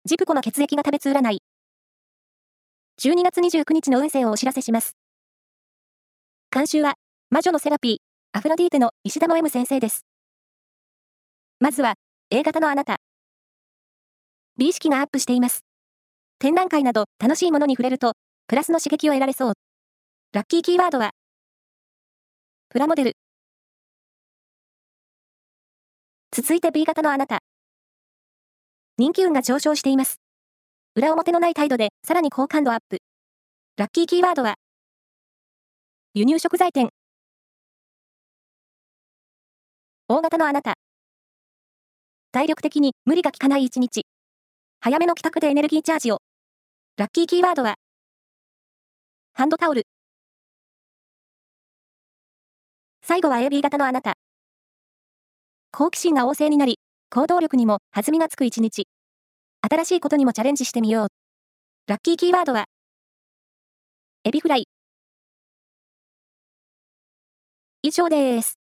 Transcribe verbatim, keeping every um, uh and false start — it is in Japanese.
ジプコの血液が食べつ占い。じゅうにがつにじゅうくにちの運勢をお知らせします。監修は、魔女のセラピー、アフロディーテの石田の M 先生です。まずは、A 型のあなた。美意識がアップしています。展覧会など楽しいものに触れると、プラスの刺激を得られそう。ラッキーキーワードは、プラモデル。続いて B 型のあなた。人気運が上昇しています。裏表のない態度でさらに好感度アップ。ラッキーキーワードは、輸入食材店。O 型のあなた。体力的に無理が効かない一日。早めの帰宅でエネルギーチャージを。ラッキーキーワードは、ハンドタオル。最後は エービー 型のあなた。好奇心が旺盛になり、行動力にも弾みがつく一日。新しいことにもチャレンジしてみよう。ラッキーキーワードは、エビフライ。以上です。